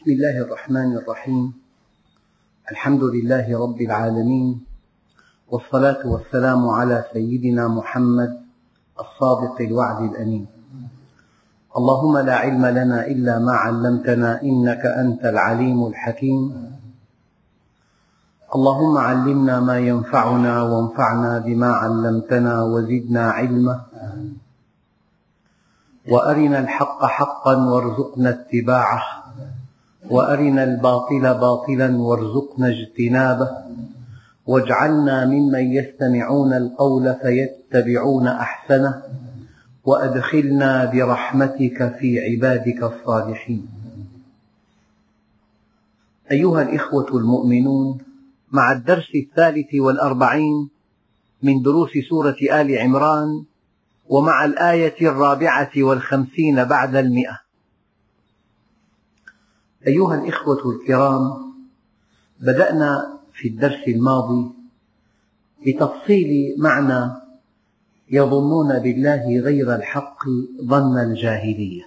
بسم الله الرحمن الرحيم. الحمد لله رب العالمين، والصلاة والسلام على سيدنا محمد الصادق الوعد الأمين. اللهم لا علم لنا إلا ما علمتنا إنك أنت العليم الحكيم. اللهم علمنا ما ينفعنا وانفعنا بما علمتنا وزدنا علما، وأرنا الحق حقا وارزقنا اتباعه، وأرنا الباطل باطلا وارزقنا اجتنابه، واجعلنا ممن يستمعون القول فيتبعون أحسنه، وأدخلنا برحمتك في عبادك الصالحين. أيها الإخوة المؤمنون، مع الدرس 43 من دروس سورة آل عمران، ومع الآية 54 بعد 100. أيها الإخوة الكرام، بدأنا في الدرس الماضي بتفصيل معنى يظنون بالله غير الحق ظن الجاهلية،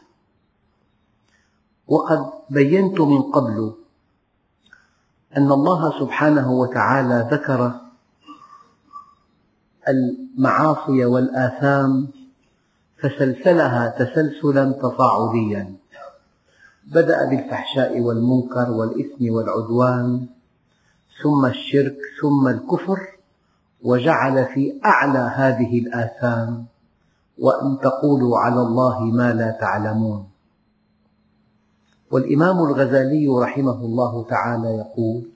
وقد بينت من قبل أن الله سبحانه وتعالى ذكر المعاصي والآثام فسلسلها تسلسلا تصاعديا، بدأ بالفحشاء والمنكر والإثم والعدوان، ثم الشرك، ثم الكفر، وجعل في أعلى هذه الآثام وأن تقولوا على الله ما لا تعلمون. والإمام الغزالي رحمه الله تعالى يقول: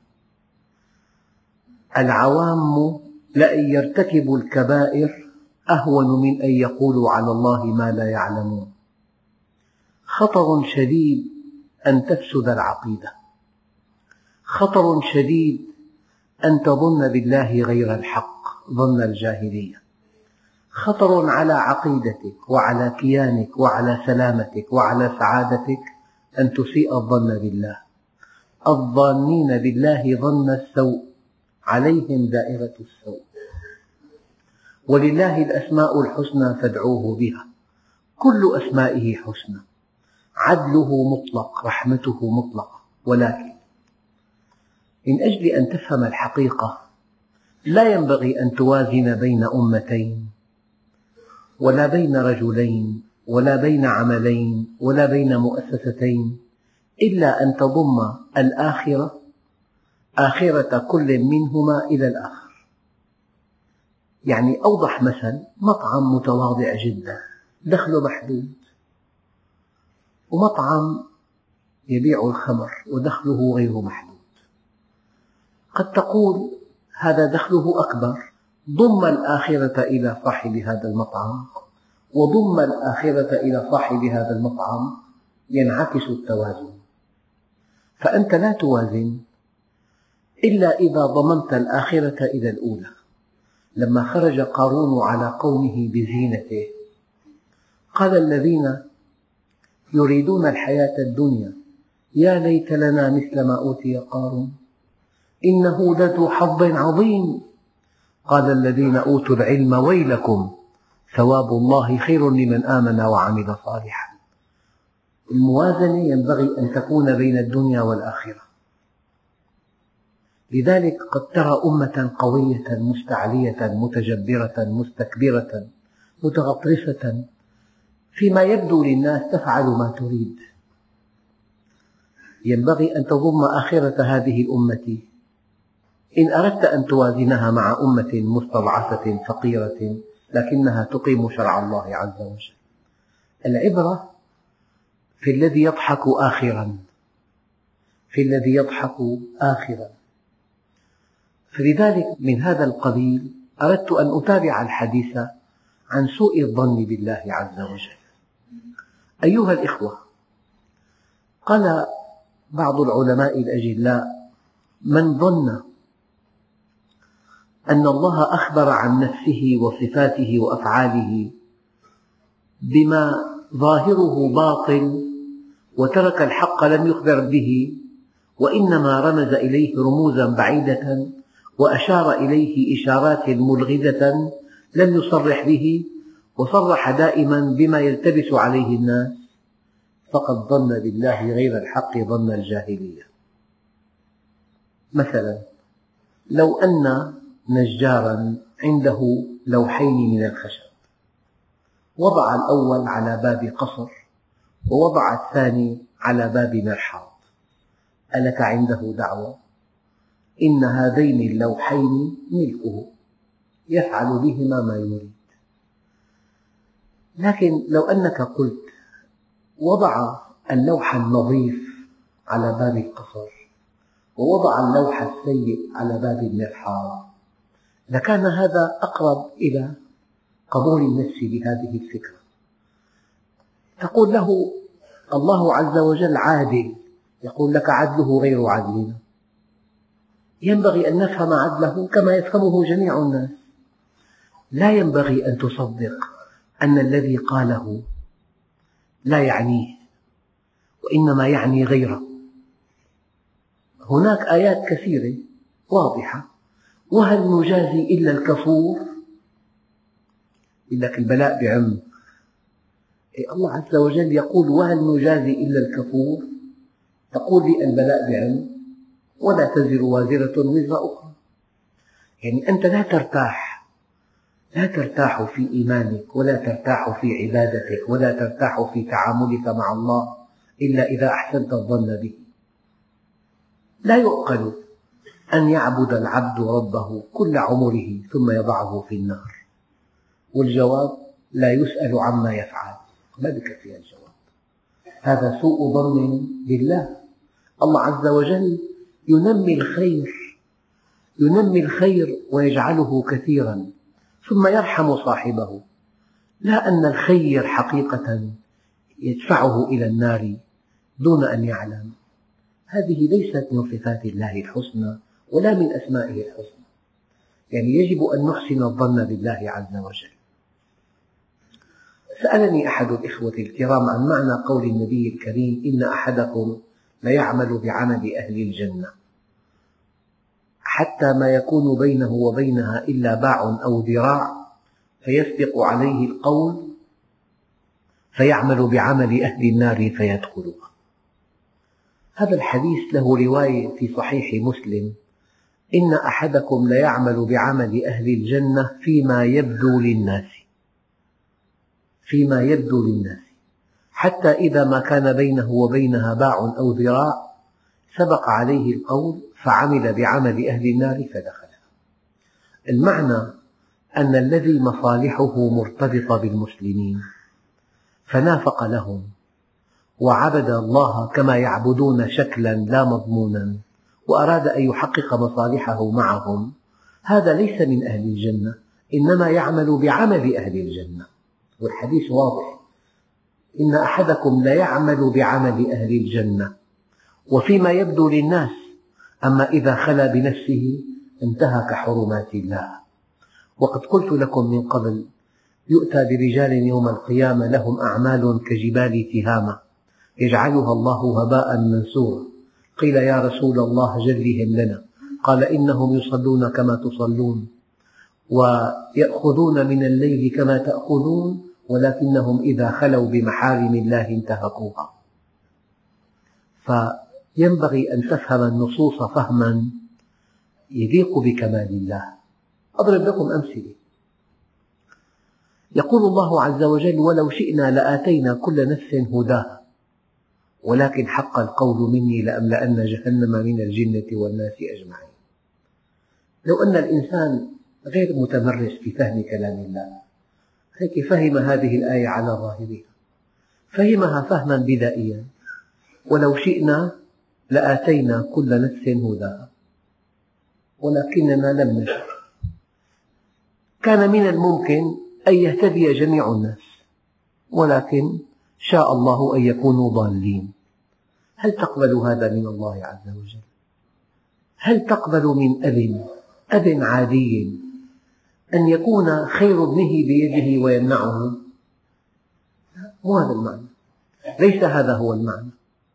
العوام لئن يرتكبوا الكبائر أهون من أن يقولوا على الله ما لا يعلمون. خطر شديد أن تفسد العقيدة، خطر شديد أن تظن بالله غير الحق ظن الجاهلية، خطر على عقيدتك وعلى كيانك وعلى سلامتك وعلى سعادتك أن تسيء الظن بالله. الظانين بالله ظن السوء عليهم دائرة السوء. ولله الأسماء الحسنى فادعوه بها، كل أسمائه حسنى، عدله مطلق، رحمته مطلقة. ولكن من أجل أن تفهم الحقيقة لا ينبغي أن توازن بين أمتين، ولا بين رجلين، ولا بين عملين، ولا بين مؤسستين، إلا أن تضم الآخرة، آخرة كل منهما إلى الآخر. يعني أوضح مثل: مطعم متواضع جدا دخله محدود، ومطعم يبيع الخمر ودخله غير محدود. قد تقول هذا دخله أكبر، ضم الآخرة إلى صاحب هذا المطعم، وضم الآخرة إلى صاحب هذا المطعم، ينعكس التوازن. فأنت لا توازن إلا إذا ضممت الآخرة إلى الأولى. لما خرج قارون على قومه بزينته قال الذين يريدون الحياة الدنيا يا ليت لنا مثل ما أوتي قارون إنه لذو حظ عظيم. قال الذين أوتوا العلم ويلكم ثواب الله خير لمن آمن وعمل صالحا. الموازنة ينبغي أن تكون بين الدنيا والآخرة. لذلك قد ترى أمة قوية مستعلية متجبرة مستكبرة متغطرسة، فيما يبدو للناس تفعل ما تريد. ينبغي أن تضم آخرة هذه الأمة إن أردت أن توازنها مع أمة مستضعفة فقيرة لكنها تقيم شرع الله عز وجل. العبرة في الذي يضحك آخرا، في الذي يضحك آخرا. فلذلك من هذا القبيل أردت أن أتابع الحديث عن سوء الظن بالله عز وجل. أيها الإخوة، قال بعض العلماء الأجلاء: من ظن أن الله أخبر عن نفسه وصفاته وأفعاله بما ظاهره باطل وترك الحق لم يخبر به، وإنما رمز إليه رموزا بعيدة وأشار إليه إشارات ملغزة لم يصرح به، وصرح دائما بما يلتبس عليه الناس، فقد ظن بالله غير الحق ظن الجاهلية. مثلا لو أن نجاراً عنده لوحين من الخشب، وضع الأول على باب قصر ووضع الثاني على باب مرحاض، ألك عنده دعوة؟ إن هذين اللوحين ملكه يفعل بهما ما يريد. لكن لو أنك قلت وضع اللوح النظيف على باب القصر ووضع اللوح السيء على باب المرحاض، لكان هذا أقرب إلى قبول النفس بهذه الفكرة. تقول له الله عز وجل عادل، يقول لك عدله غير عدلنا. ينبغي أن نفهم عدله كما يفهمه جميع الناس. لا ينبغي أن تصدق أن الذي قاله لا يعنيه وإنما يعني غيره. هناك آيات كثيرة واضحة. وهل نجازي إلا الكفور؟ يقول لك البلاء بعم. الله عز وجل يقول وهل نجازي إلا الكفور؟ تقول لي البلاء بعم ولا تزر وازرة وزر أخرى. يعني أنت لا ترتاح في إيمانك ولا ترتاح في عبادتك ولا ترتاح في تعاملك مع الله إلا إذا أحسنت الظن به. لا يعقل أن يعبد العبد ربه كل عمره ثم يضعه في النار، والجواب لا يسأل عما يفعل. ما بك فيها الجواب. هذا سوء ظن بالله. الله عز وجل ينمي الخير ويجعله كثيرا ثم يرحم صاحبه، لا أن الخير حقيقة يدفعه إلى النار دون أن يعلم. هذه ليست من صفات الله الحسنى ولا من أسمائه الحسنى. يعني يجب أن نحسن الظن بالله عز وجل. سألني أحد الإخوة الكرام عن معنى قول النبي الكريم إن أحدكم ليعمل بعمل أهل الجنة حتى ما يكون بينه وبينها إلا باع أو ذراع فيسبق عليه القول فيعمل بعمل أهل النار فيدخلها. هذا الحديث له رواية في صحيح مسلم: إن أحدكم ليعمل بعمل أهل الجنة فيما يبدو للناس حتى إذا ما كان بينه وبينها باع أو ذراع سبق عليه القول فعمل بعمل أهل النار فدخلها. المعنى أن الذي مصالحه مرتبطة بالمسلمين فنافق لهم وعبد الله كما يعبدون شكلا لا مضمونا وأراد أن يحقق مصالحه معهم، هذا ليس من أهل الجنة، إنما يعمل بعمل أهل الجنة. والحديث واضح: إن أحدكم ليعمل بعمل أهل الجنة وفيما يبدو للناس، أما إذا خلا بنفسه انتهك حرمات الله. وقد قلت لكم من قبل: يؤتى برجال يوم القيامة لهم أعمال كجبال تهامة يجعلها الله هباء منثورا. قيل يا رسول الله جلهم لنا، قال إنهم يصلون كما تصلون ويأخذون من الليل كما تأخذون ولكنهم إذا خلوا بمحارم الله انتهكوها. فينبغي أن تفهم النصوص فهما يليق بكمال الله. أضرب لكم أمثلة. يقول الله عز وجل: ولو شئنا لآتينا كل نفس هداها ولكن حق القول مني لأملأن جهنم من الجنة والناس أجمعين. لو أن الإنسان غير متمرس في فهم كلام الله، هيك فهم هذه الآية على ظاهرها، فهمها فهما بدائيا: ولو شئنا لآتينا كل نفس هداها ولكننا لم نشأ. كان من الممكن أن يهتدي جميع الناس، ولكن شاء الله أن يكونوا ضالين. هل تقبل هذا من الله عز وجل؟ هل تقبل من أب عادي أن يكون خير ابنه بيده ويمنعه؟ مو هذا المعنى، ليس هذا هو المعنى.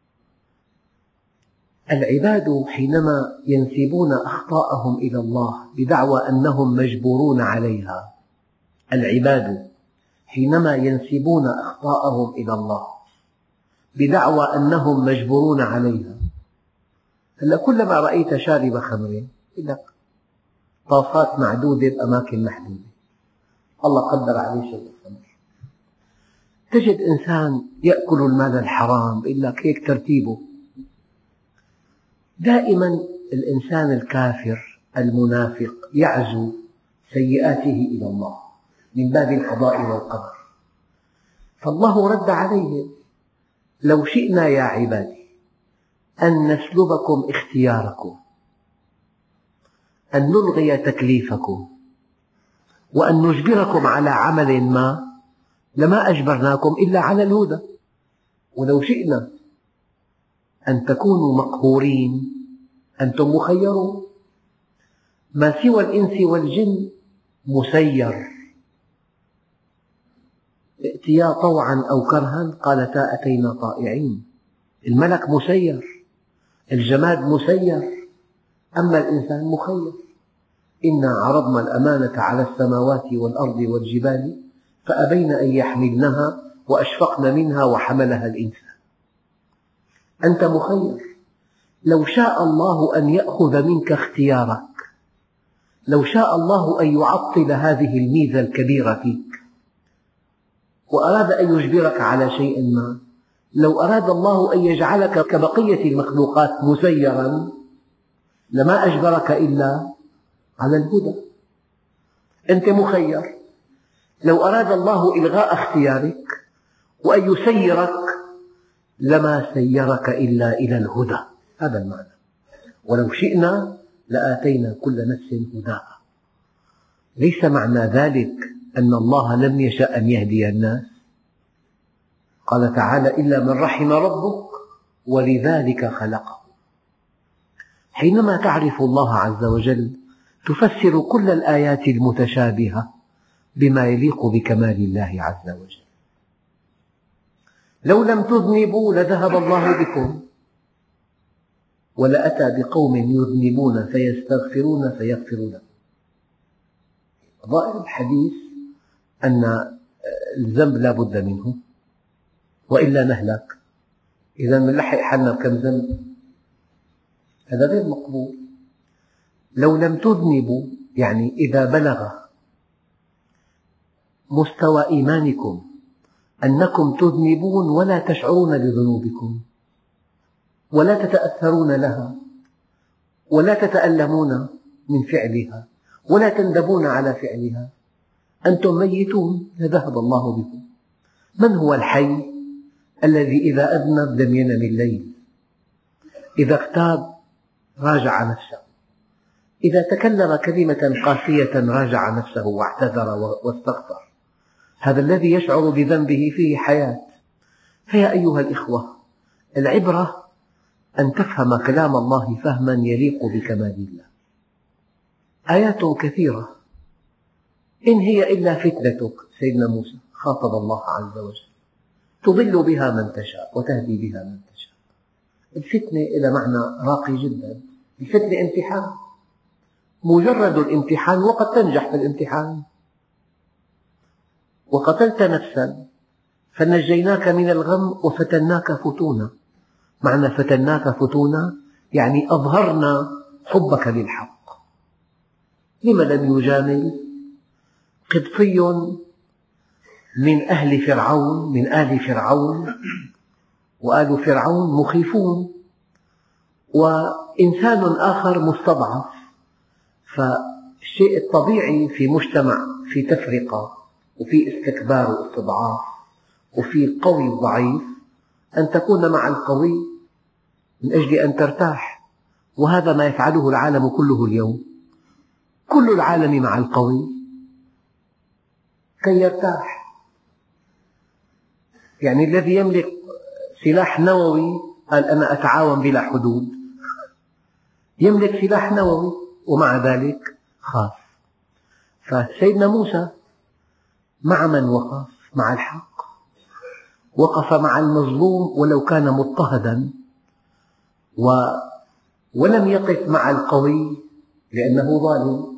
العباد حينما ينسبون أخطاءهم إلى الله بدعوى أنهم مجبورون عليها، العباد حينما ينسبون أخطاءهم إلى الله بدعوى أنهم مجبورون عليها. هلا كلما رأيت شارب خمر يقول لك طاسات معدودة بأماكن محدودة، الله قدر عليه شرب الخمر. تجد إنسان يأكل المال الحرام يقول لك هيك ترتيبه. دائما الإنسان الكافر المنافق يعزو سيئاته إلى الله من باب القضاء والقدر، فالله رد عليه: لو شئنا يا عبادي أن نسلبكم اختياركم، أن نلغي تكليفكم، وأن نجبركم على عمل ما لما أجبرناكم إلا على الهدى. ولو شئنا أن تكونوا مقهورين أنتم مخيرون. ما سوى الإنس والجن مسير، ائتيا طوعا أو كرها قالتا أتينا طائعين. الملك مسير، الجماد مسير، أما الإنسان مخير. إنا عرضنا الأمانة على السماوات والأرض والجبال فأبين أن يحملنها وأشفقن منها وحملها الإنسان. أنت مخير. لو شاء الله أن يأخذ منك اختيارك، لو شاء الله أن يعطل هذه الميزة الكبيرة فيك وأراد أن يجبرك على شيء ما، لو أراد الله أن يجعلك كبقية المخلوقات مسيرا لما أجبرك إلا على الهدى. أنت مخير. لو أراد الله إلغاء اختيارك وأن يسيرك لما سيرك إلا إلى الهدى. هذا المعنى. ولو شئنا لآتينا كل نفس هداها. ليس معنى ذلك أن الله لم يشأ أن يهدي الناس. قال تعالى: إلا من رحم ربك ولذلك خلقه. حينما تعرف الله عز وجل تفسر كل الآيات المتشابهة بما يليق بكمال الله عز وجل. لو لم تذنبوا لذهب الله بكم ولأتى بقوم يذنبون فيستغفرون فيغفر لهم. ظاهر الحديث أن الذنب لا بد منه وإلا نهلك. إذا نلحق حالنا بكم ذنب، هذا غير مقبول. لو لم تذنبوا يعني إذا بلغ مستوى إيمانكم أنكم تذنبون ولا تشعرون بذنوبكم ولا تتأثرون لها ولا تتألمون من فعلها ولا تندبون على فعلها، أنتم ميتون لذهب الله بكم. من هو الحي الذي إذا أذنب لم ينم الليل، إذا اغتاب راجع نفسه، إذا تكلم كلمة قاسية راجع نفسه واعتذر واستغفر؟ هذا الذي يشعر بذنبه فيه حياة. فيا أيها الإخوة، العبرة أن تفهم كلام الله فهما يليق بكمال الله. آيات كثيرة، إن هي إلا فتنتك. سيدنا موسى خاطب الله عز وجل: تضل بها من تشاء وتهدي بها من تشاء. الفتنة إلى معنى راقي جدا. الفتنة امتحان، مجرد الامتحان، وقد تنجح في الامتحان. وقتلت نفسا فنجيناك من الغم وفتناك فتونا. معنى فتناك فتونا يعني أظهرنا حبك للحق. لم لم يجامل قبطي من أهل فرعون، من آل فرعون، وآل فرعون مخيفون، وإنسان آخر مستضعف. فالشيء الطبيعي في مجتمع في تفرقة وفي استكبار واستضعاف وفي قوي وضعيف أن تكون مع القوي من أجل أن ترتاح. وهذا ما يفعله العالم كله اليوم. كل العالم مع القوي كي يرتاح. يعني الذي يملك سلاح نووي قال أنا أتعاون بلا حدود، يملك سلاح نووي ومع ذلك خاف. فسيدنا موسى مع من وقف؟ مع الحق. وقف مع المظلوم ولو كان مضطهدا، ولم يقف مع القوي لأنه ظالم.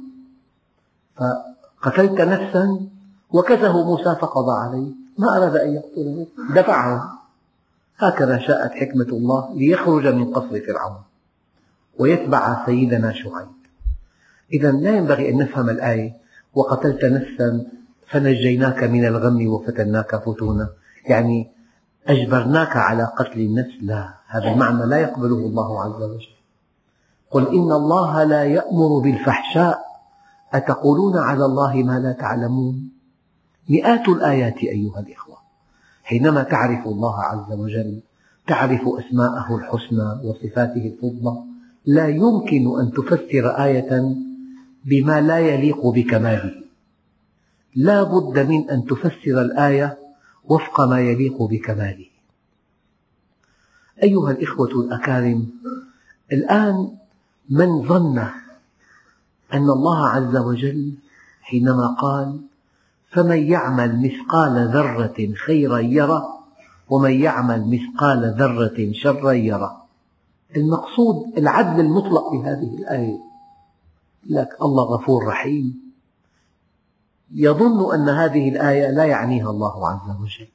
فقتلت نفسا وكزه موسى فقضى عليه، ما أراد أن يقتله، دفعه. هكذا شاءت حكمة الله ليخرج من قصر فرعون ويتبع سيدنا شعيب. إذا لا ينبغي أن نفهم الآية وقتلت نفسا فنجيناك من الغم وفتناك فتونا، يعني أجبرناك على قتل النفس، لا، هذا المعنى لا يقبله الله عز وجل. قل إن الله لا يأمر بالفحشاء أتقولون على الله ما لا تعلمون. مئات الآيات أيها الإخوة. حينما تعرف الله عز وجل تعرف أسماءه الحسنى وصفاته الفضلى، لا يمكن أن تفسر آية بما لا يليق بكماله، لا بد من أن تفسر الآية وفق ما يليق بكماله. أيها الإخوة الأكارم، الآن من ظن أن الله عز وجل حينما قال فمن يعمل مثقال ذرة خيرا يره ومن يعمل مثقال ذرة شرا يره، المقصود العدل المطلق بهذه الآية، لك الله غفور رحيم، يظن أن هذه الآية لا يعنيها الله عز وجل.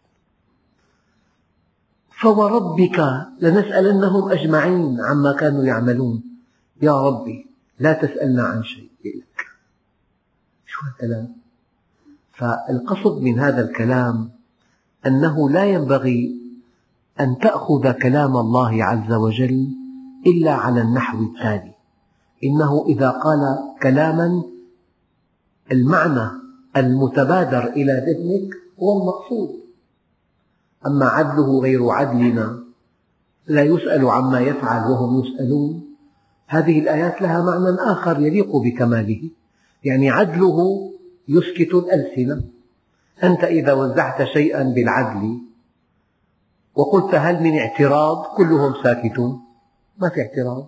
فوربك لنسألنهم أجمعين عما كانوا يعملون. يا ربي لا تسألنا عن شيء لك. شو هالكلام؟ فالقصد من هذا الكلام أنه لا ينبغي أن تأخذ كلام الله عز وجل إلا على النحو التالي: إنه إذا قال كلاما المعنى المتبادر إلى ذهنك هو المقصود، أما عدله غير عدلنا لا يسأل عما يفعل وهم يسألون، هذه الآيات لها معنى آخر يليق بكماله، يعني عدله يسكت الألسنة. أنت إذا وزعت شيئا بالعدل وقلت هل من اعتراض كلهم ساكتون، ما في اعتراض.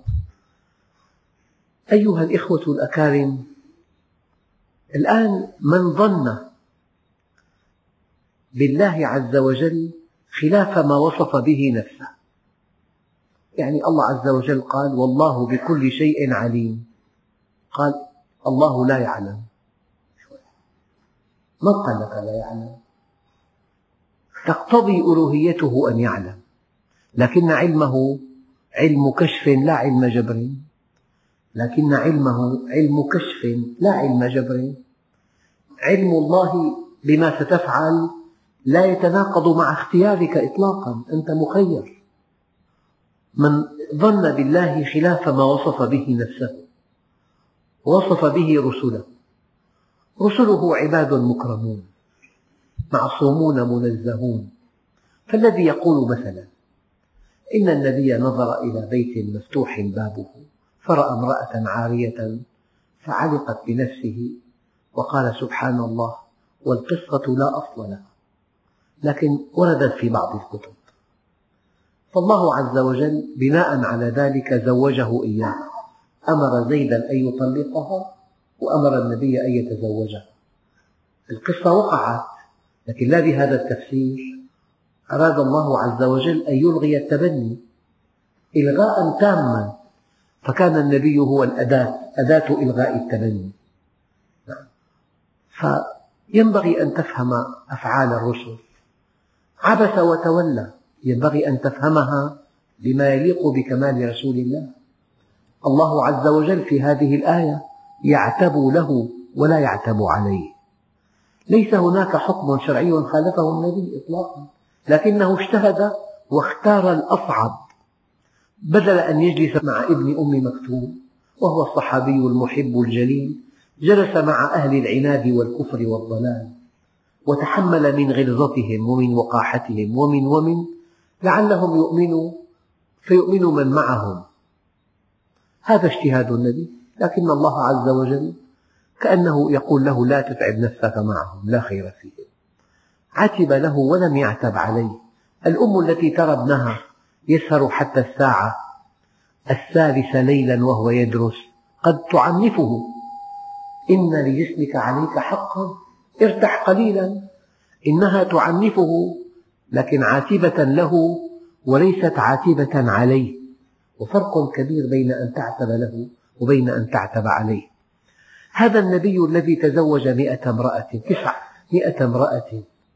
أيها الإخوة الأكارم، الآن من ظن بالله عز وجل خلاف ما وصف به نفسه، يعني الله عز وجل قال والله بكل شيء عليم، قال الله لا يعلم. من قال لك لا يعلم؟ تقتضي ألوهيته أن يعلم، لكن علمه علم كشف لا علم جبر، لكن علمه علم كشف لا علم جبر. علم الله بما ستفعل لا يتناقض مع اختيارك إطلاقا، أنت مخير. من ظن بالله خلاف ما وصف به نفسه ووصف به رسله، رسله عباد مكرمون معصومون منزهون، فالذي يقول مثلا إن النبي نظر إلى بيت مفتوح بابه فرأى امرأة عارية فعلقت بنفسه وقال سبحان الله، والقصة لا أصل لها لكن وردت في بعض الكتب، فالله عز وجل بناء على ذلك زوجه إياه، أمر زيدا أن يطلقها وأمر النبي أن يتزوجها. القصة وقعت، لكن لا بهذا التفسير. أراد الله عز وجل أن يلغي التبني إلغاء تاما، فكان النبي هو أداة إلغاء التبني. فينبغي أن تفهم أفعال الرسل. عبس وتولى ينبغي أن تفهمها بما يليق بكمال رسول الله. الله عز وجل في هذه الآية يعتب له ولا يعتب عليه، ليس هناك حكم شرعي خالفه النبي إطلاقا، لكنه اجتهد واختار الأصعب. بدل أن يجلس مع ابن أم مكتوم وهو الصحابي المحب الجليل، جلس مع أهل العناد والكفر والضلال وتحمل من غلظتهم ومن وقاحتهم ومن لعلهم يؤمنوا فيؤمن من معهم. هذا اجتهاد النبي، لكن الله عز وجل كأنه يقول له لا تتعب نفسك معهم، لا خير فيهم. عتب له ولم يعتب عليه. الأم التي ترى ابنها يسهر حتى الساعة 3 ليلا وهو يدرس قد تعنفه: إن لجسمك عليك حقا، ارتاح قليلا. إنها تعنفه لكن عاتبة له وليست عاتبة عليه، وفرق كبير بين أن تعتب له وبين أن تعتب عليه. هذا النبي الذي تزوج 100 امرأة 900 امرأة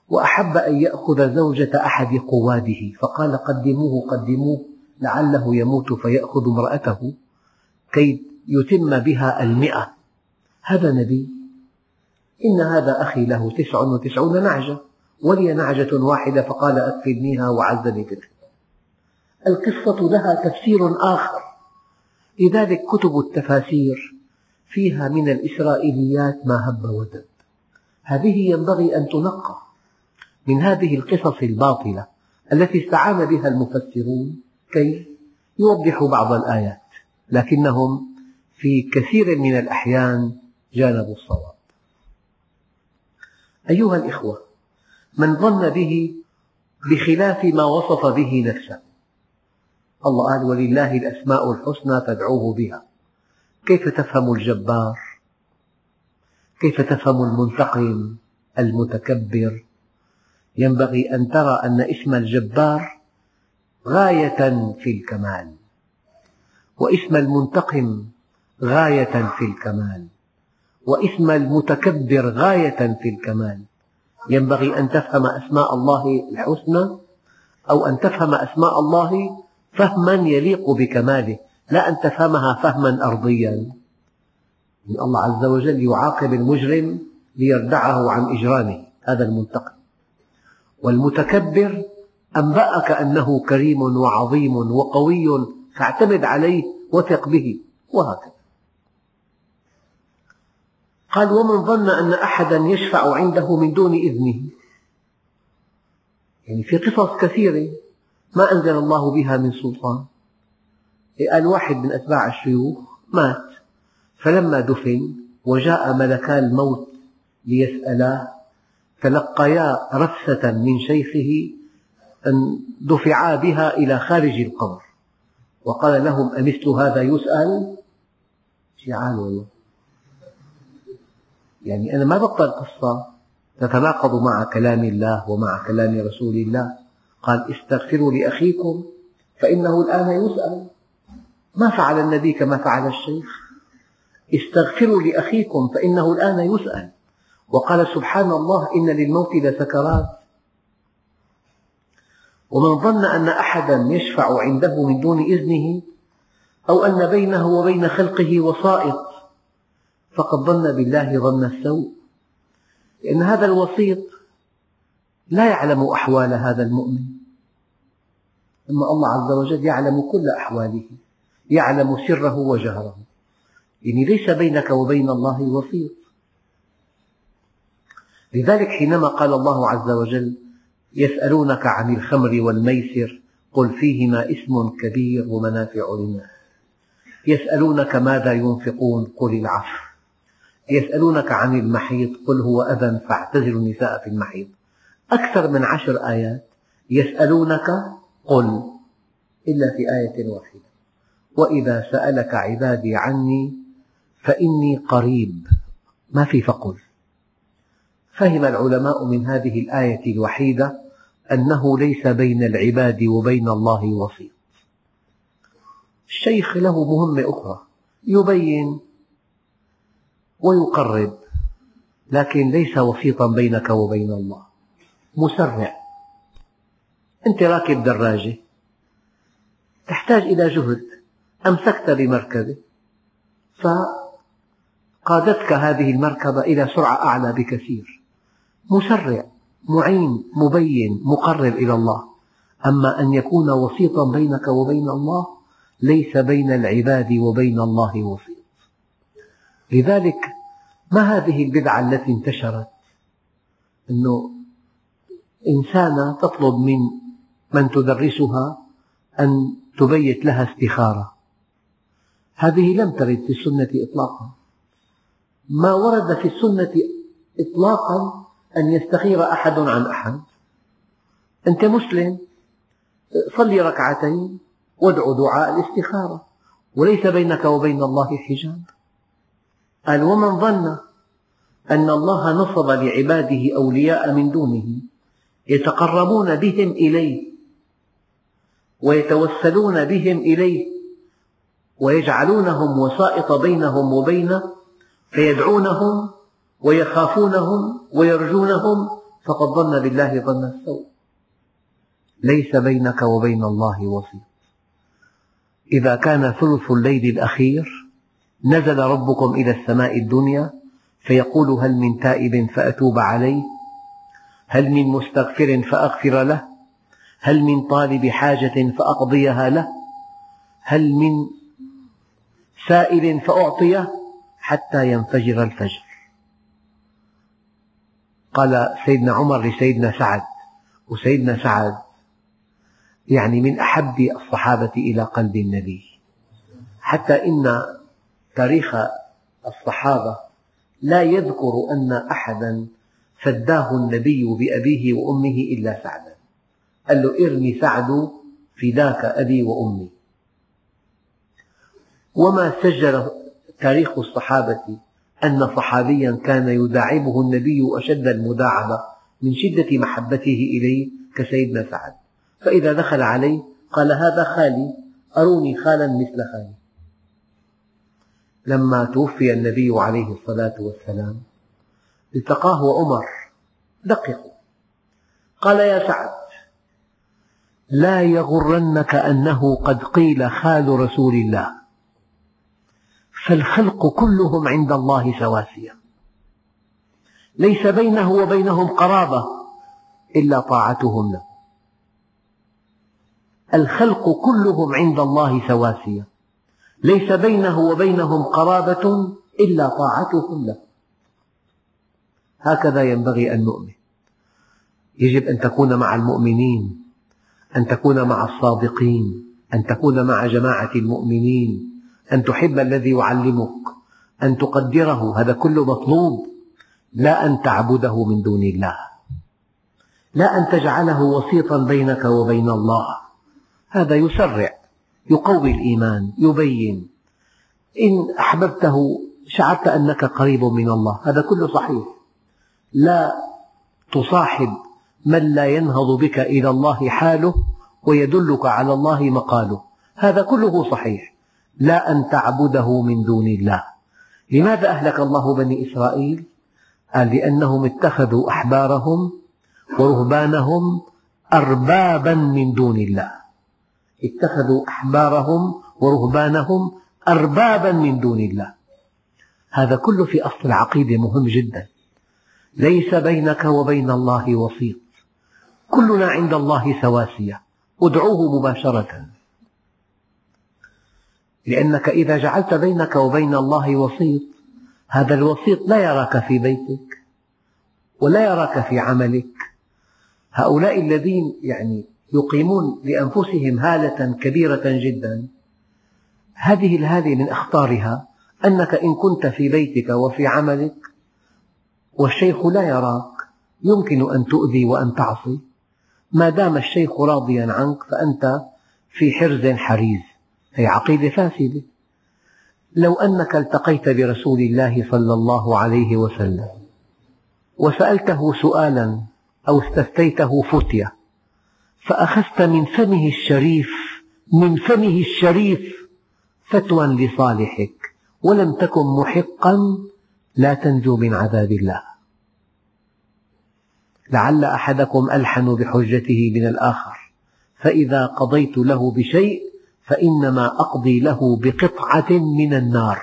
وأحب أن يأخذ زوجة أحد قواده فقال قدموه قدموه لعله يموت فيأخذ امرأته كي يتم بها 100. هذا نبي؟ إن هذا أخي له 99 نعجة ولي نعجة واحدة فقال أكفلنيها وعزني في الختان. القصة لها تفسير آخر. لذلك كتب التفاسير فيها من الإسرائيليات ما هب ودب. هذه ينبغي أن تنقى من هذه القصص الباطلة التي استعان بها المفسرون كي يوضحوا بعض الآيات، لكنهم في كثير من الأحيان جانبوا الصواب. أيها الإخوة، من ظن به بخلاف ما وصف به نفسه، الله قال ولله الأسماء الحسنى فادعوه بها. كيف تفهم الجبار؟ كيف تفهم المنتقم المتكبر؟ ينبغي أن ترى أن اسم الجبار غاية في الكمال، واسم المنتقم غاية في الكمال، واسم المتكبر غاية في الكمال. ينبغي أن تفهم أسماء الله الحسنى أو أن تفهم أسماء الله فهما يليق بكماله، لا أن تفهمها فهما أرضيا. الله عز وجل يعاقب المجرم ليردعه عن إجرامه، هذا المنتقم. والمتكبر أنبأك أنه كريم وعظيم وقوي فاعتمد عليه وثق به، وهكذا. قال ومن ظن أن أحدا يشفع عنده من دون إذنه، يعني في قصص كثيرة ما أنزل الله بها من سلطان. قال واحد من أتباع الشيوخ مات، فلما دفن وجاء ملكا الموت ليسألاه تلقيا رفسة من شيخه أن دفعا بها إلى خارج القبر، وقال لهم أمثل هذا يسأل؟ شيء عال والله. يعني أنا ما بقرأ القصة تتناقض مع كلام الله ومع كلام رسول الله. قال استغفروا لأخيكم فإنه الآن يسأل. ما فعل النبي كما فعل الشيخ. استغفروا لأخيكم فإنه الآن يسأل. وقال سبحان الله إن للموت لسكرات. ومن ظن أن أحدا يشفع عنده من دون إذنه أو أن بينه وبين خلقه وسائط فقد ظن بالله ظن السوء، لأن هذا الوسيط لا يعلم أحوال هذا المؤمن، أما الله عز وجل يعلم كل أحواله، يعلم سره وجهره، يعني ليس بينك وبين الله وسيط. لذلك حينما قال الله عز وجل يسألونك عن الخمر والميسر قل فيهما اسم كبير ومنافع للناس، يسألونك ماذا ينفقون قل العفو، يسألونك عن المحيض قل هو أذى فاعتزلوا النساء في المحيض، أكثر من 10 آيات يسألونك قل، إلا في آية واحدة وإذا سألك عبادي عني فإني قريب، ما في فقل. فهم العلماء من هذه الآية الوحيدة أنه ليس بين العباد وبين الله وسيط. الشيخ له مهمة أخرى، يبين ويقرب، لكن ليس وسيطا بينك وبين الله. مسرع، أنت راكب دراجة تحتاج إلى جهد، أمسكت بمركبة فقادتك هذه المركبة إلى سرعة أعلى بكثير، مسرع، معين، مبين، مقرب إلى الله. أما أن يكون وسيطا بينك وبين الله، ليس بين العباد وبين الله وسيط. لذلك ما هذه البدعة التي انتشرت أنه إنسانة تطلب من تدرسها أن تبيت لها استخارة؟ هذه لم ترد في السنة إطلاقا. ما ورد في السنة إطلاقا أن يستخير أحد عن أحد. أنت مسلم، صلي ركعتين وادعو دعاء الاستخارة، وليس بينك وبين الله حجاب. قال ومن ظن أن الله نصب لعباده أولياء من دونه يتقربون بهم إليه ويتوسلون بهم إليه ويجعلونهم وسائط بينهم وبينه، فيدعونهم ويخافونهم ويرجونهم فقد ظن بالله ظن السوء. ليس بينك وبين الله وسيط. إذا كان ثلث الليل الأخير نزل ربكم إلى السماء الدنيا فيقول هل من تائب فأتوب عليه، هل من مستغفر فأغفر له، هل من طالب حاجة فأقضيها له، هل من سائل فأعطيه، حتى ينفجر الفجر. قال سيدنا عمر لسيدنا سعد، وسيدنا سعد يعني من أحب الصحابة إلى قلب النبي، حتى إن تاريخ الصحابة لا يذكر أن أحدا فداه النبي بأبيه وأمه إلا سعدا. قال له ارمي سعد فداك أبي وأمي. وما سجل تاريخ الصحابة أن صحابيا كان يداعبه النبي أشد المداعبة من شدة محبته إليه كسيدنا سعد، فإذا دخل عليه قال هذا خالي، أروني خالا مثل خالي. لما توفي النبي عليه الصلاة والسلام التقاه عمر دققوا، قال يا سعد لا يغرنك أنه قد قيل خال رسول الله، فالخلق كلهم عند الله سواسية، ليس بينه وبينهم قرابة إلا طاعتهم له. الخلق كلهم عند الله سواسية، ليس بينه وبينهم قرابة إلا طاعتهم له. هكذا ينبغي أن نؤمن. يجب أن تكون مع المؤمنين، أن تكون مع الصادقين، أن تكون مع جماعة المؤمنين، أن تحب الذي يعلمك، أن تقدره، هذا كله مطلوب. لا أن تعبده من دون الله، لا أن تجعله وسيطا بينك وبين الله، هذا يسرع، يقوي الإيمان، يبين. إن أحببته شعرت أنك قريب من الله، هذا كله صحيح. لا تصاحب من لا ينهض بك إلى الله حاله ويدلك على الله مقاله، هذا كله صحيح. لا أن تعبده من دون الله. لماذا أهلك الله بني إسرائيل؟ قال لأنهم اتخذوا أحبارهم ورهبانهم أربابا من دون الله. اتخذوا أحبارهم ورهبانهم أربابا من دون الله. هذا كله في أصل العقيدة مهم جدا. ليس بينك وبين الله وسيط، كلنا عند الله سواسية، ادعوه مباشرة. لأنك إذا جعلت بينك وبين الله وسيط، هذا الوسيط لا يراك في بيتك ولا يراك في عملك. هؤلاء الذين يقيمون لأنفسهم هالة كبيرة جدا، هذه الهالة من أخطارها أنك إن كنت في بيتك وفي عملك والشيخ لا يراك يمكن أن تؤذي وأن تعصي. ما دام الشيخ راضيا عنك فأنت في حرز حريز، هي عقيدة فاسدة. لو أنك التقيت برسول الله صلى الله عليه وسلم وسألته سؤالا أو استفتيته فتية فأخذت من فمه الشريف فتوى لصالحك ولم تكن محقا، لا تنجو من عذاب الله. لعل أحدكم ألحن بحجته من الآخر، فإذا قضيت له بشيء فإنما أقضي له بقطعة من النار.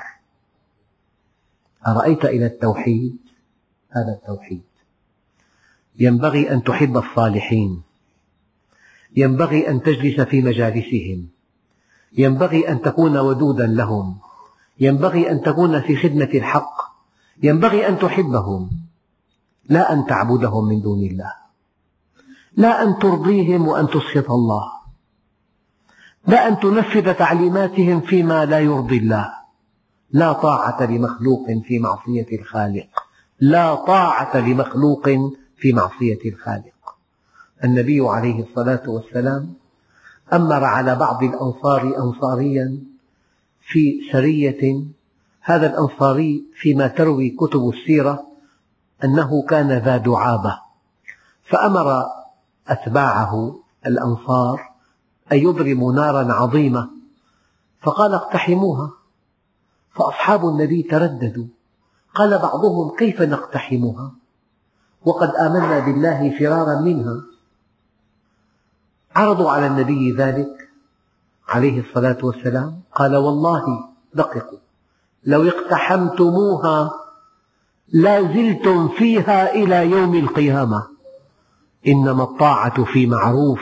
أرأيت إلى التوحيد؟ هذا التوحيد. ينبغي أن تحب الصالحين، ينبغي أن تجلس في مجالسهم، ينبغي أن تكون ودودا لهم، ينبغي أن تكون في خدمة الحق، ينبغي أن تحبهم، لا أن تعبدهم من دون الله، لا أن ترضيهم وأن تسخط الله، لا أن تنفذ تعليماتهم فيما لا يرضي الله. لا طاعة لمخلوق في معصية الخالق، لا طاعة لمخلوق في معصية الخالق. النبي عليه الصلاة والسلام أمر على بعض الأنصار أنصاريا في سرية. هذا الأنصاري فيما تروي كتب السيرة أنه كان ذا دعابة، فأمر أتباعه الأنصار أن يضرموا نارا عظيمة، فقال اقتحموها. فأصحاب النبي ترددوا، قال بعضهم كيف نقتحمها وقد آمنا بالله فرارا منها. عرضوا على النبي ذلك عليه الصلاة والسلام، قال والله دققوا لو اقتحمتموها لا زلتم فيها إلى يوم القيامة، إنما الطاعة في معروف.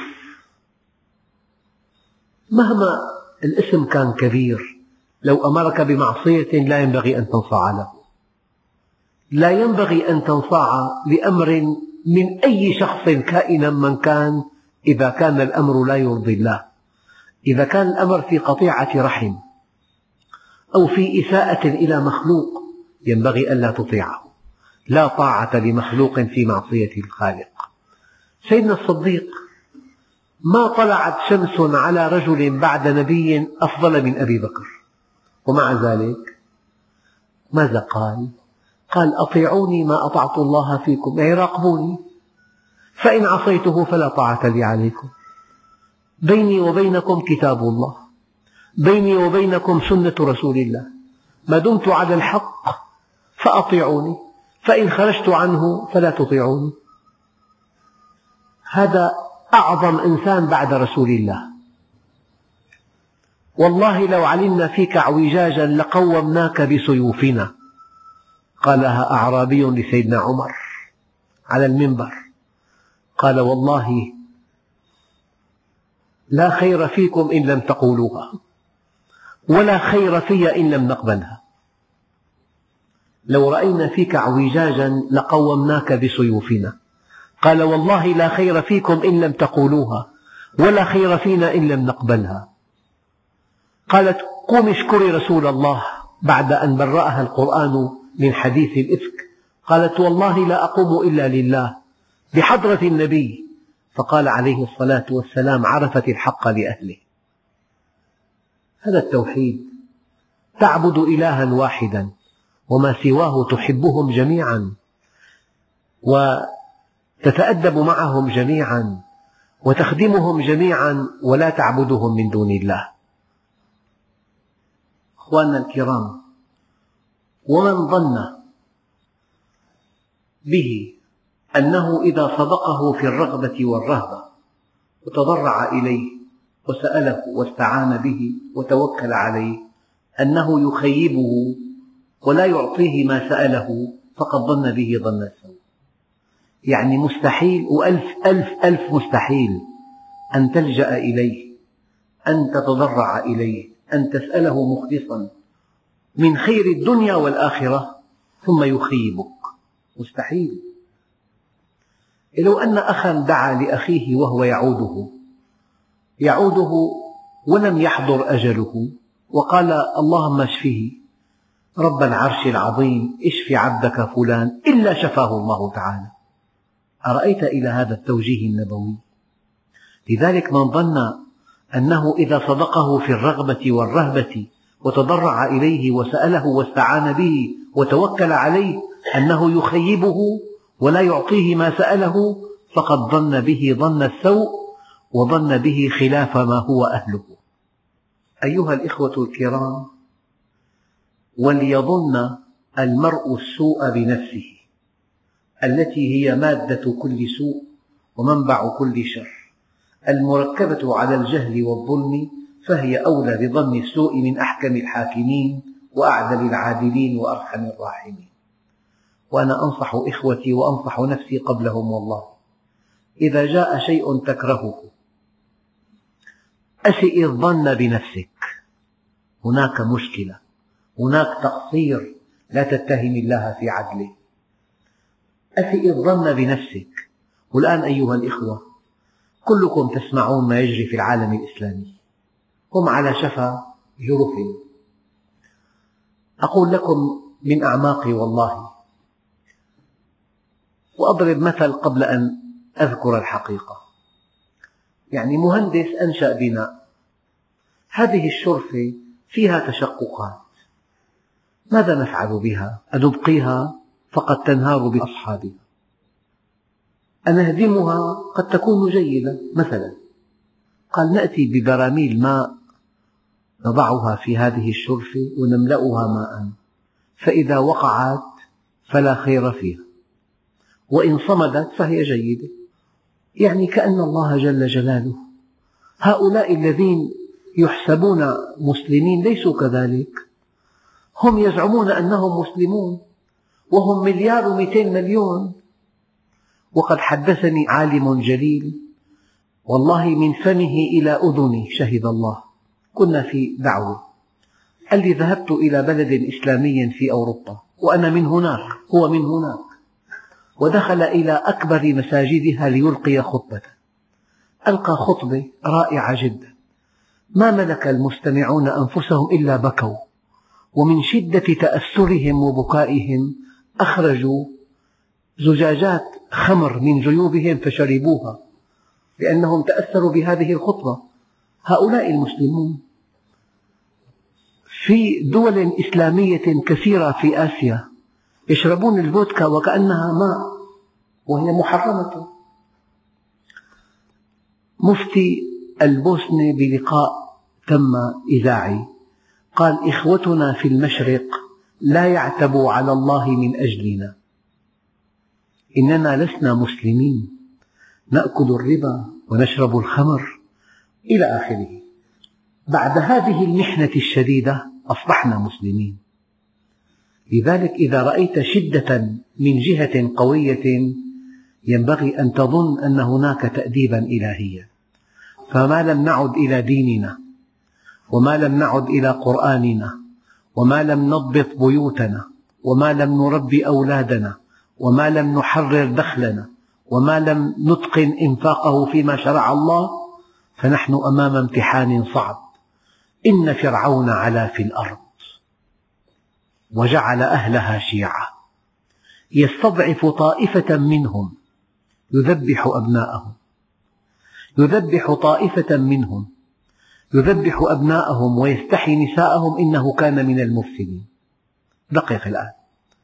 مهما الاسم كان كبير، لو أمرك بمعصية لا ينبغي أن تنصاع له، لا ينبغي أن تنصاع لأمر من أي شخص كائنا من كان إذا كان الأمر لا يرضي الله. إذا كان الأمر في قطيعة رحم أو في إساءة إلى مخلوق ينبغي ألا تطيعه، لا طاعة لمخلوق في معصية الخالق. سيدنا الصديق ما طلعت شمس على رجل بعد نبي أفضل من أبي بكر، ومع ذلك ماذا قال؟ قال أطيعوني ما أطعت الله فيكم، أي راقبوني، فإن عصيته فلا طاعة لي عليكم. بيني وبينكم كتاب الله، بيني وبينكم سنة رسول الله، ما دمت على الحق فأطيعوني، فإن خرجت عنه فلا تطيعوني. هذا أعظم إنسان بعد رسول الله. والله لو علمنا فيك اعوجاجا لقومناك بسيوفنا، قالها أعرابي لسيدنا عمر على المنبر، قال والله لا خير فيكم إن لم تقولوها، ولا خير في إن لم نقبلها. لو رأينا فيك اعوجاجا لقومناك بسيوفنا، قال والله لا خير فيكم إن لم تقولوها، ولا خير فينا إن لم نقبلها. قالت قوم اشكري رسول الله بعد أن برأها القرآن من حديث الإفك، قالت والله لا أقوم إلا لله بحضرة النبي. فقال عليه الصلاة والسلام عرفت الحق لأهله. هذا التوحيد، تعبد إلها واحدا وما سواه تحبهم جميعا وتتأدب معهم جميعا وتخدمهم جميعا ولا تعبدهم من دون الله. أخواننا الكرام، ومن ظن به أنه إذا صدقه في الرغبة والرهبة وتضرع إليه وسأله واستعان به وتوكل عليه أنه يخيبه ولا يعطيه ما سأله، فقد ظن به ظن السوء. يعني مستحيل، وألف ألف ألف مستحيل أن تلجأ إليه، أن تتضرع إليه، أن تسأله مخلصا من خير الدنيا والآخرة ثم يخيبك، مستحيل. لو أن أخا دعا لأخيه وهو يعوده ولم يحضر أجله وقال اللهم اشفه رب العرش العظيم اشف عبدك فلان، إلا شفاه الله تعالى. أرأيت إلى هذا التوجيه النبوي؟ لذلك من ظن أنه إذا صدقه في الرغبة والرهبة وتضرع إليه وسأله واستعان به وتوكل عليه أنه يخيبه ولا يعطيه ما سأله، فقد ظن به ظن السوء وظن به خلاف ما هو أهله. أيها الإخوة الكرام، وليظن المرء السوء بنفسه التي هي مادة كل سوء ومنبع كل شر، المركبة على الجهل والظلم، فهي أولى بظن السوء من أحكم الحاكمين وأعدل العادلين وأرحم الراحمين. وأنا أنصح إخوتي وأنصح نفسي قبلهم، والله إذا جاء شيء تكرهه أسئ الظن بنفسك، هناك مشكلة، هناك تقصير، لا تتهم الله في عدله. أسئ الظن بنفسك. والآن أيها الإخوة، كلكم تسمعون ما يجري في العالم الإسلامي، هم على شفا جرف. أقول لكم من أعماقي والله، وأضرب مثل قبل أن أذكر الحقيقة. يعني مهندس أنشأ بناء، هذه الشرفة فيها تشققات، ماذا نفعل بها؟ أنبقيها؟ فقد تنهار بأصحابها. أنهدمها؟ قد تكون جيدة مثلا. قال نأتي ببراميل ماء نضعها في هذه الشرفة ونملأها ماء، فإذا وقعت فلا خير فيها، وإن صمدت فهي جيدة. يعني كأن الله جل جلاله هؤلاء الذين يحسبون مسلمين ليسوا كذلك، هم يزعمون أنهم مسلمون وهم 1,200,000,000. وقد حدثني عالم جليل والله من فمه إلى أذني شهد الله، كنا في دعوة، قال لي ذهبت إلى بلد إسلامي في أوروبا وأنا من هناك، هو من هناك، ودخل إلى أكبر مساجدها ليلقي خطبة، ألقى خطبة رائعة جدا، ما ملك المستمعون أنفسهم إلا بكوا، ومن شدة تأثرهم وبكائهم أخرجوا زجاجات خمر من جيوبهم فشربوها لأنهم تأثروا بهذه الخطبة. هؤلاء المسلمون في دول إسلامية كثيرة في آسيا يشربون الفودكا وكأنها ماء وهي محرمة. مفتي البوسنة بلقاء تم إذاعي قال: إخوتنا في المشرق لا يعتبوا على الله من أجلنا، إننا لسنا مسلمين، نأكل الربا ونشرب الخمر إلى آخره. بعد هذه المحنة الشديدة أصبحنا مسلمين. لذلك إذا رأيت شدة من جهة قوية ينبغي أن تظن أن هناك تأديبا إلهيا، فما لم نعد إلى ديننا، وما لم نعد إلى قرآننا، وما لم نضبط بيوتنا، وما لم نربي أولادنا، وما لم نحرر دخلنا، وما لم نتقن إنفاقه فيما شرع الله، فنحن أمام امتحان صعب. إن فرعون علا في الأرض وجعل أهلها شيعا يستضعف طائفة منهم يذبح أبناءهم، يذبح طائفة منهم يذبح أبناءهم ويستحيي نساءهم، إنه كان من المفسدين. دقق الآن: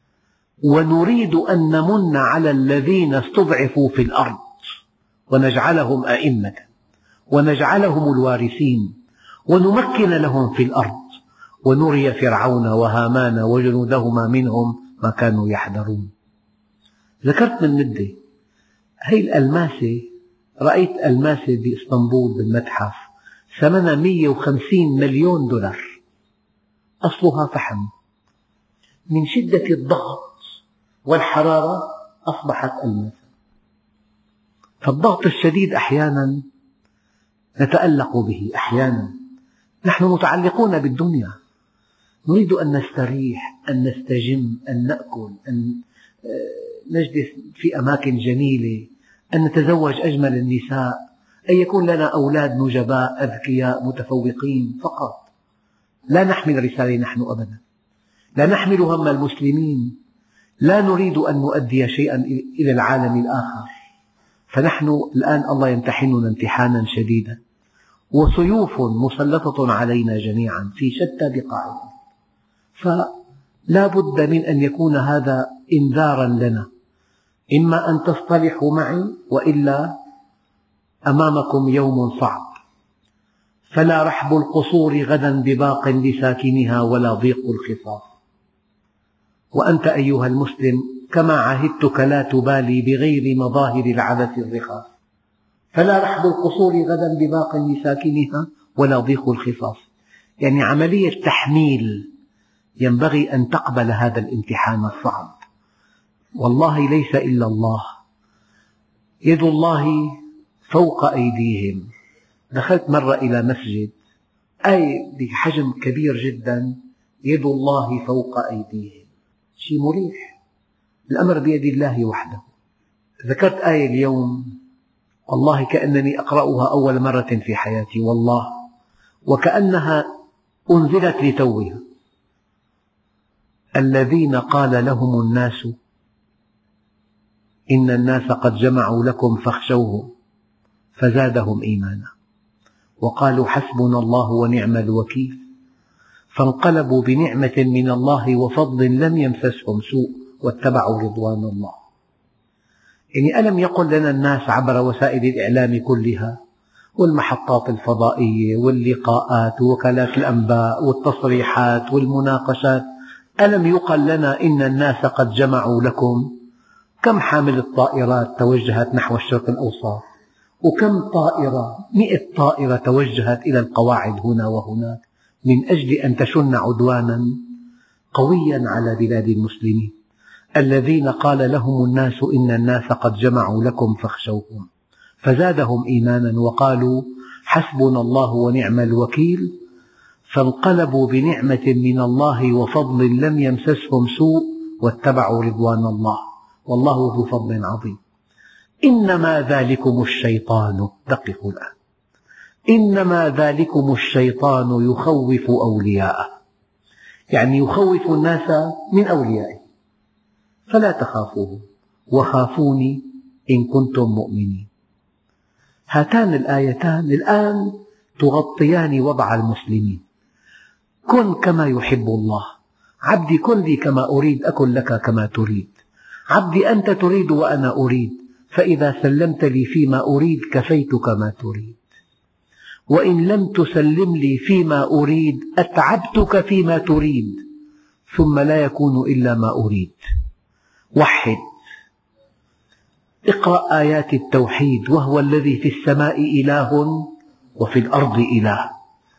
ونريد أن نمن على الذين استضعفوا في الأرض ونجعلهم أئمة ونجعلهم الوارثين ونمكن لهم في الأرض ونري فرعون وهامان وجنودهما منهم ما كانوا يحذرون. ذكرت من مدة هذه الألماسة، رأيت ألماسة بإسطنبول بالمتحف ثمنها 150 مليون دولار، أصلها فحم، من شدة الضغط والحرارة أصبحت ألماسا. فالضغط الشديد أحيانا نتألق به، أحيانا نحن متعلقون بالدنيا، نريد أن نستريح، أن نستجم، أن نأكل، أن نجلس في أماكن جميلة، أن نتزوج أجمل النساء، أن يكون لنا أولاد نجباء أذكياء متفوقين فقط. لا نحمل رسالة نحن أبدا، لا نحمل هم المسلمين، لا نريد أن نؤدي شيئا إلى العالم الآخر. فنحن الآن الله يمتحننا امتحانا شديدا، وسيوف مسلطة علينا جميعا في شتى بقاع الأرض، فلا بد من أن يكون هذا إنذارا لنا، إما أن تصطلحوا معي وإلا أمامكم يوم صعب. فلا رحب القصور غدا بباق لساكنها ولا ضيق الخصاص. وأنت أيها المسلم كما عهدتك لا تبالي بغير مظاهر العبث الرخاص. فلا رحب القصور غدا بباق لساكنها ولا ضيق الخصاص، يعني عملية تحميل، ينبغي أن تقبل هذا الامتحان الصعب. والله ليس إلا الله، يد الله فوق أيديهم. دخلت مرة إلى مسجد، آية بحجم كبير جدا: يد الله فوق أيديهم، شيء مريح، الأمر بيد الله وحده. ذكرت آية اليوم والله كأنني أقرأها أول مرة في حياتي، والله وكأنها أنزلت لتوها: الذين قال لهم الناس إن الناس قد جمعوا لكم فاخشوهم فزادهم إيمانا وقالوا حسبنا الله ونعم الوكيل فانقلبوا بنعمة من الله وفضل لم يمسسهم سوء واتبعوا رضوان الله. يعني ألم يقل لنا الناس عبر وسائل الإعلام كلها والمحطات الفضائية واللقاءات ووكالات الأنباء والتصريحات والمناقشات، ألم يقل لنا إن الناس قد جمعوا لكم كم حاملة طائرات توجهت نحو الشرق الأوسط، وكم طائرة 100 طائرة توجهت إلى القواعد هنا وهناك من أجل أن تشن عدوانا قويا على بلاد المسلمين، الذين قال لهم الناس إن الناس قد جمعوا لكم فاخشوهم فزادهم إيمانا وقالوا حسبنا الله ونعم الوكيل، فانقلبوا بنعمة من الله وفضل لم يمسسهم سوء واتبعوا رضوان الله والله ذو فضل عظيم. إنما ذلكم الشيطان، دققوا الآن، إنما ذلكم الشيطان يخوف أولياءه، يعني يخوف الناس من أوليائه، فلا تخافوه وخافوني إن كنتم مؤمنين. هاتان الآيتان الآن تغطيان وضع المسلمين. كن كما يحب الله، عبدي كن لي كما أريد أكن لك كما تريد، عبدي أنت تريد وأنا أريد، فإذا سلمت لي فيما أريد كفيتك ما تريد، وإن لم تسلم لي فيما أريد أتعبتك فيما تريد، ثم لا يكون إلا ما أريد. وحد، اقرأ آيات التوحيد، وهو الذي في السماء إله وفي الأرض إله.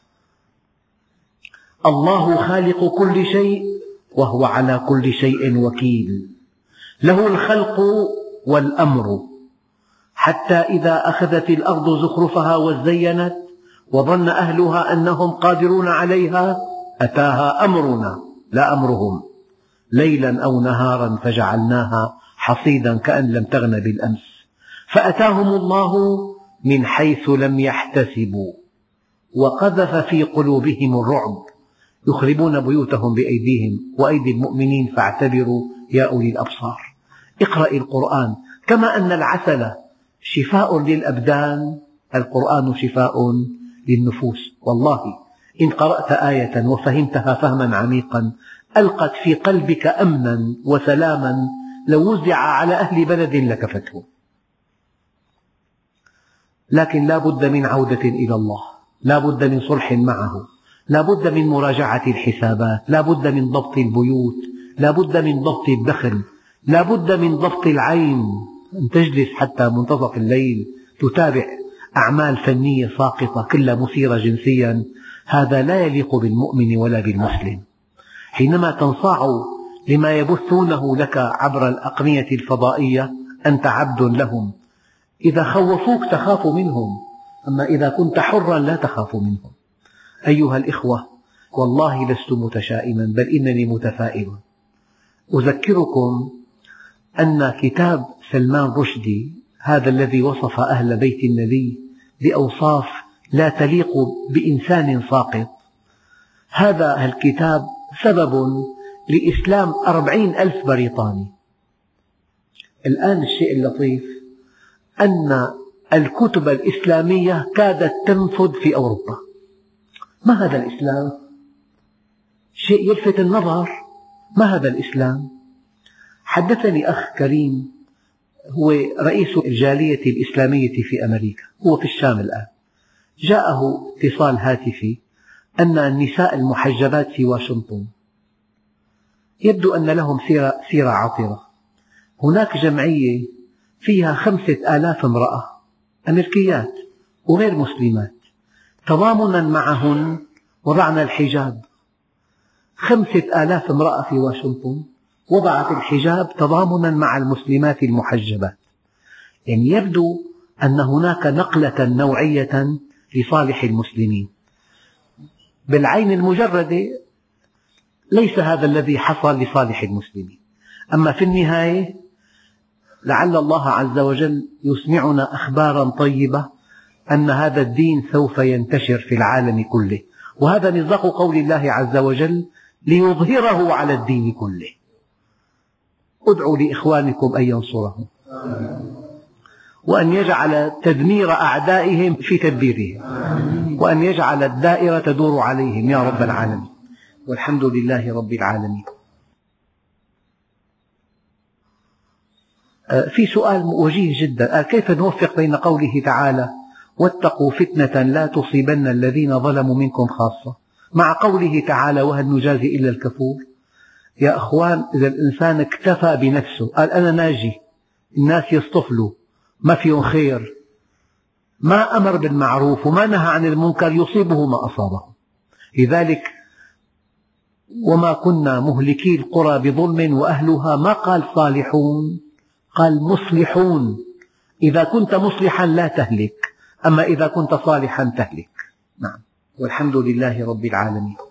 الله خالق كل شيء وهو على كل شيء وكيل، له الخلق والأمر، حتى إذا أخذت الأرض زخرفها وزينت وظن أهلها أنهم قادرون عليها أتاها أمرنا لا أمرهم ليلا أو نهارا فجعلناها حصيدا كأن لم تغن بالأمس، فأتاهم الله من حيث لم يحتسبوا وقذف في قلوبهم الرعب، يخربون بيوتهم بأيديهم وأيدي المؤمنين فاعتبروا يا أولي الأبصار. اقرأ القرآن، كما أن العسل شفاء للأبدان القرآن شفاء للنفوس. والله إن قرأت آية وفهمتها فهما عميقا ألقت في قلبك أمنا وسلاما لو وزع على أهل بلد لكفتهم. لكن لا بد من عودة إلى الله، لا بد من صلح معه، لا بد من مراجعة الحسابات، لا بد من ضبط البيوت، لا بد من ضبط الدخل، لا بد من ضبط العين، أن تجلس حتى منتصف الليل تتابع أعمال فنية ساقطة كلها مثيرة جنسيا، هذا لا يليق بالمؤمن ولا بالمسلم. حينما تنصاع لما يبثونه لك عبر الأقنية الفضائية أنت عبد لهم، إذا خوفوك تخاف منهم، أما إذا كنت حرا لا تخاف منهم. أيها الإخوة، والله لست متشائما بل إنني متفائل. أذكركم أن كتاب سلمان رشدي هذا الذي وصف أهل بيت النبي بأوصاف لا تليق بإنسان ساقط، هذا الكتاب سبب لإسلام 40,000 بريطاني. الآن الشيء اللطيف أن الكتب الإسلامية كادت تنفذ في أوروبا. ما هذا الإسلام؟ شيء يلفت النظر، ما هذا الإسلام؟ حدثني أخ كريم هو رئيس الجالية الإسلامية في أمريكا، هو في الشام الآن، جاءه اتصال هاتفي أن النساء المحجبات في واشنطن يبدو أن لهم سيرة عطرة. هناك جمعية فيها 5,000 امرأة أمريكيات وغير مسلمات، تضامنا معهن وضعنا الحجاب. 5,000 امرأة في واشنطن وضعت الحجاب تضامنا مع المسلمات المحجبات، يعني يبدو أن هناك نقلة نوعية لصالح المسلمين. بالعين المجردة ليس هذا الذي حصل لصالح المسلمين، أما في النهاية لعل الله عز وجل يسمعنا أخبارا طيبة أن هذا الدين سوف ينتشر في العالم كله، وهذا مصداق قول الله عز وجل ليظهره على الدين كله. ادعوا لإخوانكم أن ينصرهم وأن يجعل تدمير أعدائهم في تدبيرهم وأن يجعل الدائرة تدور عليهم يا رب العالمين، والحمد لله رب العالمين. في سؤال وجيه جدا، كيف نوفق بين قوله تعالى واتقوا فتنة لا تصيبن الذين ظلموا منكم خاصة مع قوله تعالى وهل نجازي إلا الكفور؟ يا أخوان، إذا الإنسان اكتفى بنفسه قال أنا ناجي الناس يصطفلوا، ما فيهم خير، ما أمر بالمعروف وما نهى عن المنكر يصيبه ما أصابه. لذلك وما كنا مهلكي القرى بظلم وأهلها، ما قال صالحون، قال مصلحون. إذا كنت مصلحا لا تهلك، أما إذا كنت صالحا تهلك. نعم، والحمد لله رب العالمين.